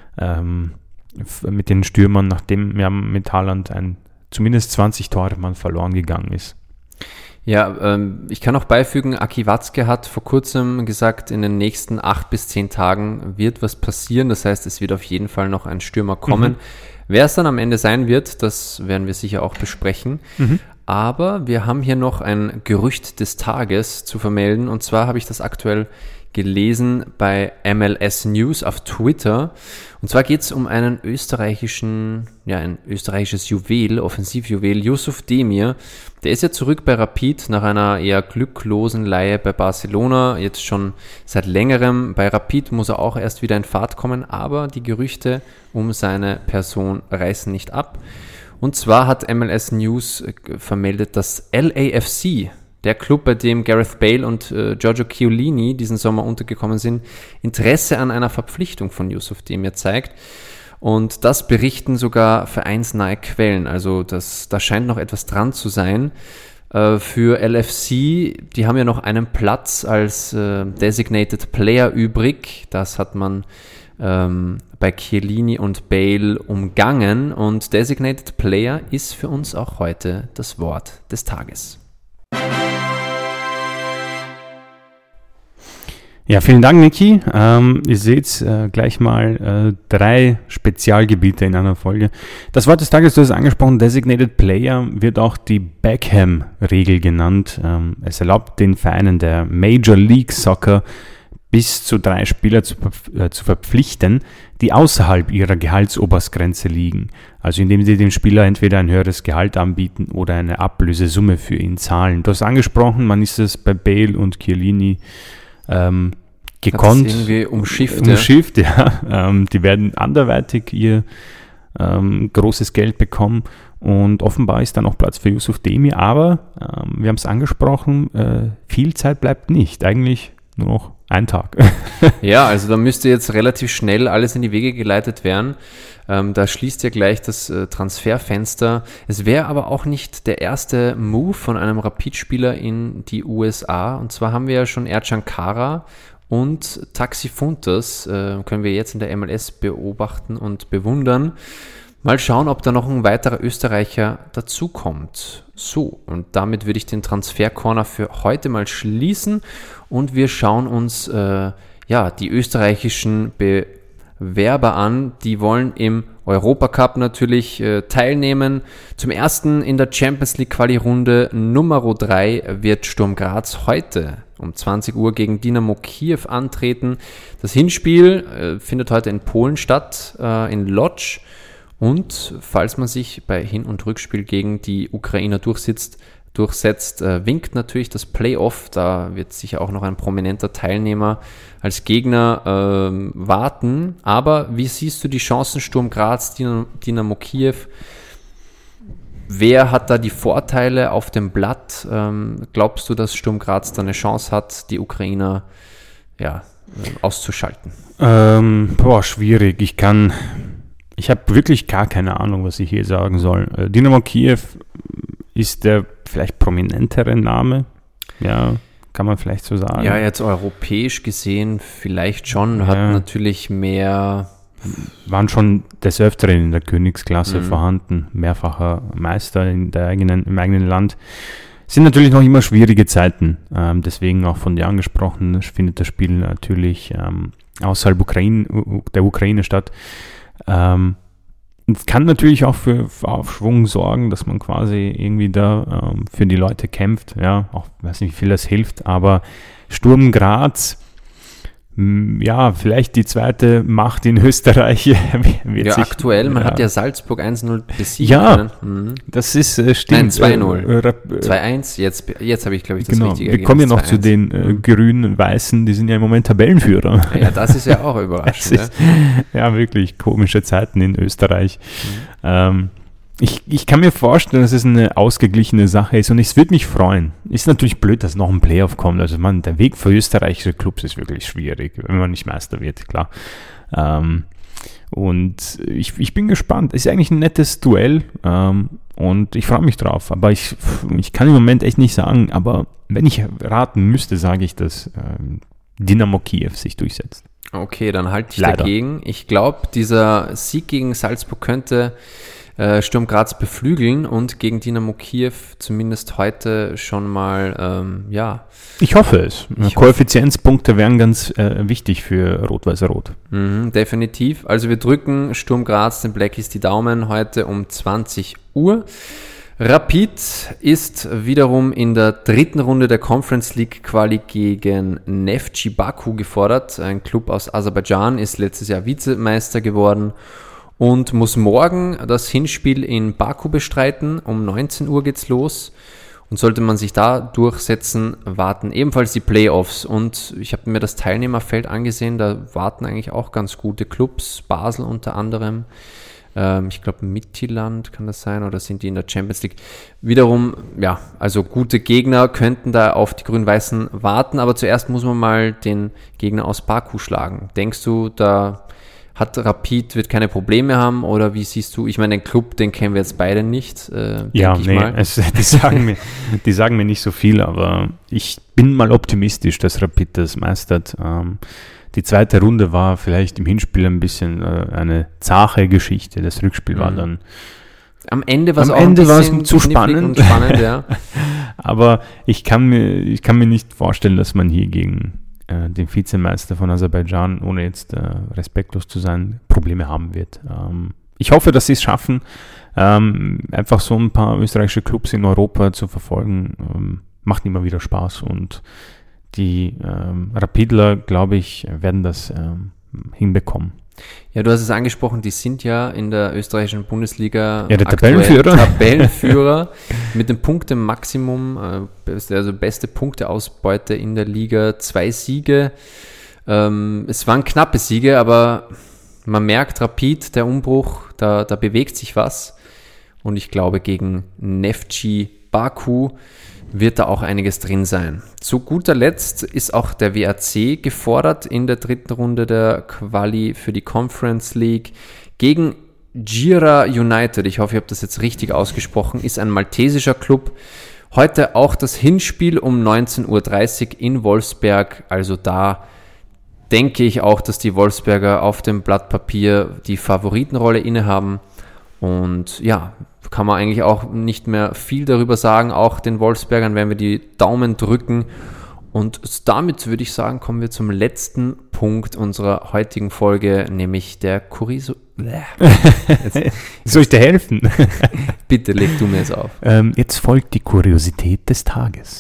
Stürmern, nachdem ja mit Haaland zumindest 20 Tore mal verloren gegangen ist. Ja, ich kann auch beifügen, Aki Watzke hat vor kurzem gesagt, in den nächsten 8 bis 10 Tagen wird was passieren. Das heißt, es wird auf jeden Fall noch ein Stürmer kommen. Wer es dann am Ende sein wird, das werden wir sicher auch besprechen. Aber wir haben hier noch ein Gerücht des Tages zu vermelden. Und zwar habe ich das aktuell gelesen bei MLS News auf Twitter. Und zwar geht es um ein österreichisches Juwel, Offensivjuwel, Yusuf Demir. Der ist ja zurück bei Rapid nach einer eher glücklosen Leihe bei Barcelona, jetzt schon seit längerem. Bei Rapid muss er auch erst wieder in Fahrt kommen, aber die Gerüchte um seine Person reißen nicht ab. Und zwar hat MLS News vermeldet, dass LAFC, der Club, bei dem Gareth Bale und Giorgio Chiellini diesen Sommer untergekommen sind, Interesse an einer Verpflichtung von Yusuf Demir zeigt. Und das berichten sogar vereinsnahe Quellen. Also da scheint noch etwas dran zu sein. Für LFC, die haben ja noch einen Platz als Designated Player übrig. Das hat man bei Chiellini und Bale umgangen. Und Designated Player ist für uns auch heute das Wort des Tages. Ja, vielen Dank, Niki. Ihr seht gleich mal 3 Spezialgebiete in einer Folge. Das Wort des Tages, du hast es angesprochen, Designated Player wird auch die Beckham-Regel genannt. Es erlaubt den Vereinen der Major League Soccer bis zu 3 Spieler zu verpflichten, die außerhalb ihrer Gehaltsobergrenze liegen. Also indem sie dem Spieler entweder ein höheres Gehalt anbieten oder eine Ablösesumme für ihn zahlen. Du hast angesprochen, man ist es bei Bale und Chiellini gekonnt. Irgendwie umschifft, ja. Die werden anderweitig ihr großes Geld bekommen und offenbar ist da noch Platz für Yusuf Demir, aber wir haben es angesprochen, viel Zeit bleibt nicht, eigentlich nur noch ein Tag. Ja, also da müsste jetzt relativ schnell alles in die Wege geleitet werden. Da schließt ja gleich das Transferfenster. Es wäre aber auch nicht der erste Move von einem Rapid-Spieler in die USA. Und zwar haben wir ja schon Ercan Kara und Taxi Funtas, können wir jetzt in der MLS beobachten und bewundern. Mal schauen, ob da noch ein weiterer Österreicher dazukommt. So, und damit würde ich den Transfer-Corner für heute mal schließen und wir schauen uns die österreichischen Bewerber an. Die wollen im Europacup natürlich teilnehmen. Zum ersten in der Champions League Quali-Runde Nummer 3 wird Sturm Graz heute um 20 Uhr gegen Dynamo Kiew antreten. Das Hinspiel findet heute in Polen statt, in Łódź. Und falls man sich bei Hin- und Rückspiel gegen die Ukrainer durchsetzt, winkt natürlich das Playoff. Da wird sicher auch noch ein prominenter Teilnehmer als Gegner warten. Aber wie siehst du die Chancen Sturm Graz, Dynamo Kiew? Wer hat da die Vorteile auf dem Blatt? Glaubst du, dass Sturm Graz da eine Chance hat, die Ukrainer auszuschalten? Schwierig. Ich habe wirklich gar keine Ahnung, was ich hier sagen soll. Dynamo Kiew ist der vielleicht prominentere Name. Ja, kann man vielleicht so sagen. Ja, jetzt europäisch gesehen vielleicht schon. Hat natürlich mehr... Waren schon des Öfteren in der Königsklasse vorhanden. Mehrfacher Meister im eigenen Land. Sind natürlich noch immer schwierige Zeiten. Deswegen auch von dir angesprochen, findet das Spiel natürlich außerhalb der Ukraine statt. Es kann natürlich auch für Aufschwung sorgen, dass man quasi irgendwie da für die Leute kämpft. Ja, auch weiß nicht, wie viel das hilft, aber Sturm Graz, vielleicht die zweite Macht in Österreich. Aktuell, man hat ja Salzburg 1-0 besiegt. Ja, das ist stimmt. Nein, 2-0. 2-1, jetzt habe ich, glaube ich, das Richtige. Wir kommen ja noch zu den Grünen und Weißen, die sind ja im Moment Tabellenführer. Ja, das ist ja auch überraschend. Ja, wirklich komische Zeiten in Österreich. Ich kann mir vorstellen, dass es eine ausgeglichene Sache ist und es würde mich freuen. Ist natürlich blöd, dass noch ein Playoff kommt. Also der Weg für österreichische Clubs ist wirklich schwierig, wenn man nicht Meister wird, klar. Und ich bin gespannt. Ist eigentlich ein nettes Duell und ich freue mich drauf. Aber ich kann im Moment echt nicht sagen, aber wenn ich raten müsste, sage ich, dass Dynamo Kiew sich durchsetzt. Okay, dann halte ich dagegen. Ich glaube, dieser Sieg gegen Salzburg könnte Sturm Graz beflügeln und gegen Dynamo Kiew zumindest heute schon mal, Ich hoffe es. Koeffizienzpunkte wären ganz wichtig für Rot-Weiß-Rot. Definitiv. Also wir drücken Sturm Graz, den Blackies, die Daumen heute um 20 Uhr. Rapid ist wiederum in der dritten Runde der Conference League Quali gegen Neftchi Baku gefordert. Ein Club aus Aserbaidschan, ist letztes Jahr Vizemeister geworden und muss morgen das Hinspiel in Baku bestreiten. Um 19 Uhr geht's los. Und sollte man sich da durchsetzen, warten ebenfalls die Playoffs. Und ich habe mir das Teilnehmerfeld angesehen, da warten eigentlich auch ganz gute Clubs. Basel unter anderem. Ich glaube Midtjylland kann das sein, oder sind die in der Champions League? Wiederum, also gute Gegner könnten da auf die Grün-Weißen warten. Aber zuerst muss man mal den Gegner aus Baku schlagen. Denkst du, da wird keine Probleme haben, oder wie siehst du? Ich meine, den Club, den kennen wir jetzt beide nicht, die sagen mir nicht so viel, aber ich bin mal optimistisch, dass Rapid das meistert. Die zweite Runde war vielleicht im Hinspiel ein bisschen eine zache Geschichte. Das Rückspiel war dann am Ende war es zu spannend. Ja. Aber ich kann mir nicht vorstellen, dass man hier gegen den Vizemeister von Aserbaidschan, ohne jetzt respektlos zu sein, Probleme haben wird. Ich hoffe, dass sie es schaffen, einfach so ein paar österreichische Clubs in Europa zu verfolgen. Macht immer wieder Spaß und die Rapidler, glaube ich, werden das hinbekommen. Ja, du hast es angesprochen, die sind ja in der österreichischen Bundesliga der Tabellenführer mit dem Punkte-Maximum, also beste Punkteausbeute in der Liga, 2 Siege. Es waren knappe Siege, aber man merkt Rapid, der Umbruch, da bewegt sich was. Und ich glaube, gegen Neftchi Baku wird da auch einiges drin sein. Zu guter Letzt ist auch der WRC gefordert in der dritten Runde der Quali für die Conference League. Gegen Gira United, ich hoffe, ich habe das jetzt richtig ausgesprochen, ist ein maltesischer Club. Heute auch das Hinspiel um 19.30 Uhr in Wolfsberg, also da denke ich auch, dass die Wolfsberger auf dem Blatt Papier die Favoritenrolle innehaben. Und ja, kann man eigentlich auch nicht mehr viel darüber sagen. Auch den Wolfsbergern werden wir die Daumen drücken. Und damit würde ich sagen, kommen wir zum letzten Punkt unserer heutigen Folge, nämlich der Soll ich dir helfen? Bitte leg du mir es auf. Jetzt folgt die Kuriosität des Tages.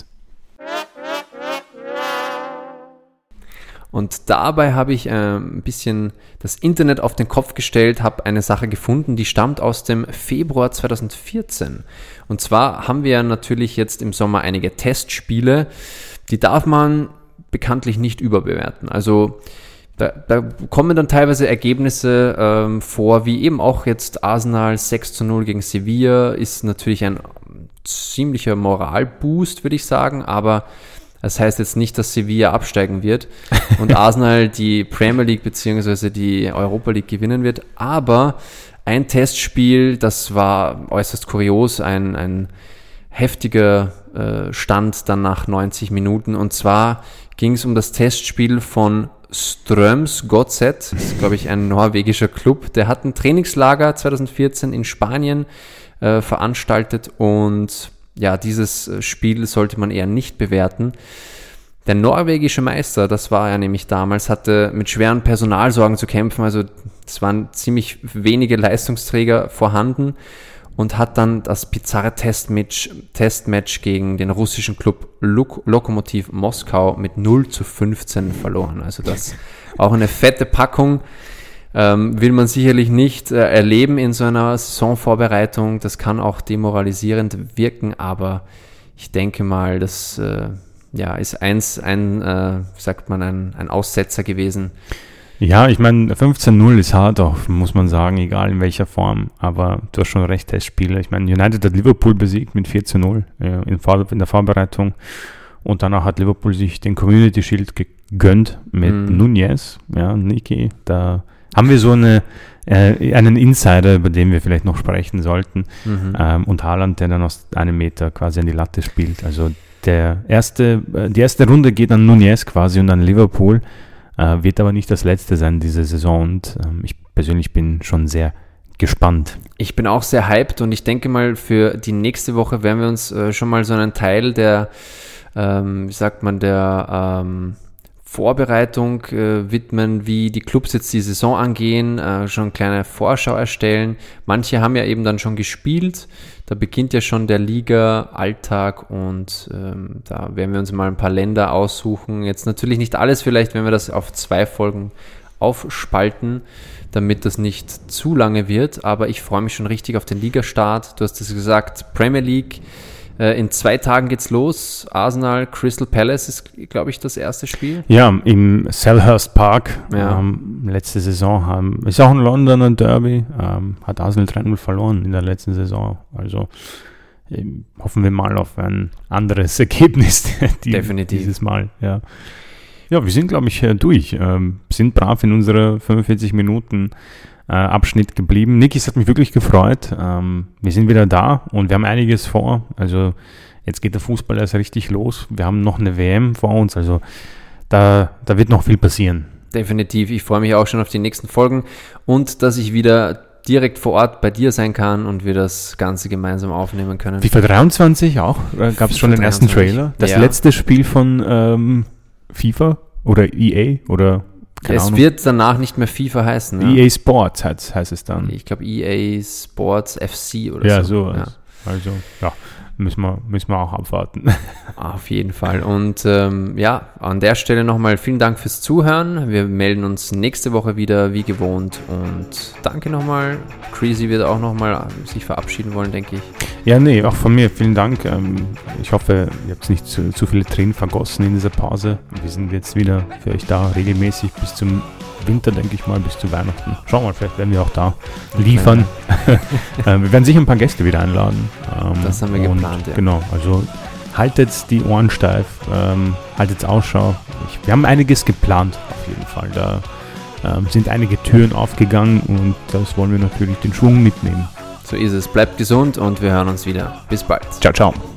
Und dabei habe ich ein bisschen das Internet auf den Kopf gestellt, habe eine Sache gefunden, die stammt aus dem Februar 2014. Und zwar haben wir ja natürlich jetzt im Sommer einige Testspiele, die darf man bekanntlich nicht überbewerten. Also da kommen dann teilweise Ergebnisse vor, wie eben auch jetzt Arsenal 6:0 gegen Sevilla, ist natürlich ein ziemlicher Moralboost, würde ich sagen, aber das heißt jetzt nicht, dass Sevilla absteigen wird und Arsenal die Premier League bzw. die Europa League gewinnen wird. Aber ein Testspiel, das war äußerst kurios, ein heftiger Stand dann nach 90 Minuten. Und zwar ging es um das Testspiel von Strømsgodset, das ist, glaube ich, ein norwegischer Club. Der hat ein Trainingslager 2014 in Spanien veranstaltet und ja, dieses Spiel sollte man eher nicht bewerten. Der norwegische Meister, das war er nämlich damals, hatte mit schweren Personalsorgen zu kämpfen. Also es waren ziemlich wenige Leistungsträger vorhanden und hat dann das bizarre Testmatch gegen den russischen Club Lokomotiv Moskau mit 0:15 verloren. Also das auch eine fette Packung. Will man sicherlich nicht erleben in so einer Saisonvorbereitung. Das kann auch demoralisierend wirken, aber ich denke mal, das ist ein Aussetzer gewesen. Ja, ich meine, 15:0 ist hart auch, muss man sagen, egal in welcher Form, aber du hast schon recht, Testspiele. Ich meine, United hat Liverpool besiegt mit 4:0 in der Vorbereitung und danach hat Liverpool sich den Community Shield gegönnt mit Nunez, Niki, da haben wir so einen Insider, über den wir vielleicht noch sprechen sollten. Und Haaland, der dann aus einem Meter quasi an die Latte spielt. Also die erste Runde geht an Nunez quasi und an Liverpool, wird aber nicht das letzte sein diese Saison. Und ich persönlich bin schon sehr gespannt. Ich bin auch sehr hyped und ich denke mal, für die nächste Woche werden wir uns schon mal so einen Teil der, Vorbereitung widmen, wie die Clubs jetzt die Saison angehen, schon eine kleine Vorschau erstellen. Manche haben ja eben dann schon gespielt, da beginnt ja schon der Liga-Alltag und da werden wir uns mal ein paar Länder aussuchen. Jetzt natürlich nicht alles, vielleicht wenn wir das auf 2 Folgen aufspalten, damit das nicht zu lange wird, aber ich freue mich schon richtig auf den Ligastart. Du hast es gesagt, Premier League. In 2 Tagen geht's los. Arsenal, Crystal Palace ist, glaube ich, das erste Spiel. Ja, im Selhurst Park. Ja. Letzte Saison ist auch ein Londoner Derby. Hat Arsenal 3:0 verloren in der letzten Saison. Also hoffen wir mal auf ein anderes Ergebnis Definitiv. Dieses Mal. Ja, wir sind, glaube ich, durch. Sind brav in unserer 45 Minuten Abschnitt geblieben. Niki, es hat mich wirklich gefreut. Wir sind wieder da und wir haben einiges vor. Also jetzt geht der Fußball erst richtig los. Wir haben noch eine WM vor uns. Also da wird noch viel passieren. Definitiv. Ich freue mich auch schon auf die nächsten Folgen und dass ich wieder direkt vor Ort bei dir sein kann und wir das Ganze gemeinsam aufnehmen können. FIFA 23 auch? Gab es schon den ersten Trailer? Das letzte Spiel von FIFA oder EA oder keine Ahnung. Wird danach nicht mehr FIFA heißen. Ja. EA Sports heißt es dann. Ich glaube EA Sports FC oder ja, so. Ja, also müssen wir auch abwarten. Auf jeden Fall. Und an der Stelle nochmal vielen Dank fürs Zuhören. Wir melden uns nächste Woche wieder, wie gewohnt. Und danke nochmal. Creasy wird auch nochmal sich verabschieden wollen, denke ich. Ja, nee, auch von mir vielen Dank. Ich hoffe, ihr habt nicht zu viele Tränen vergossen in dieser Pause. Wir sind jetzt wieder für euch da, regelmäßig bis zum Winter, denke ich mal, bis zu Weihnachten. Schauen wir mal, vielleicht werden wir auch da liefern. Wir werden sicher ein paar Gäste wieder einladen. Das haben wir geplant, ja. Genau, also haltet die Ohren steif, haltet Ausschau. Wir haben einiges geplant, auf jeden Fall. Da sind einige Türen aufgegangen und das wollen wir natürlich den Schwung mitnehmen. So ist es. Bleibt gesund und wir hören uns wieder. Bis bald. Ciao, ciao.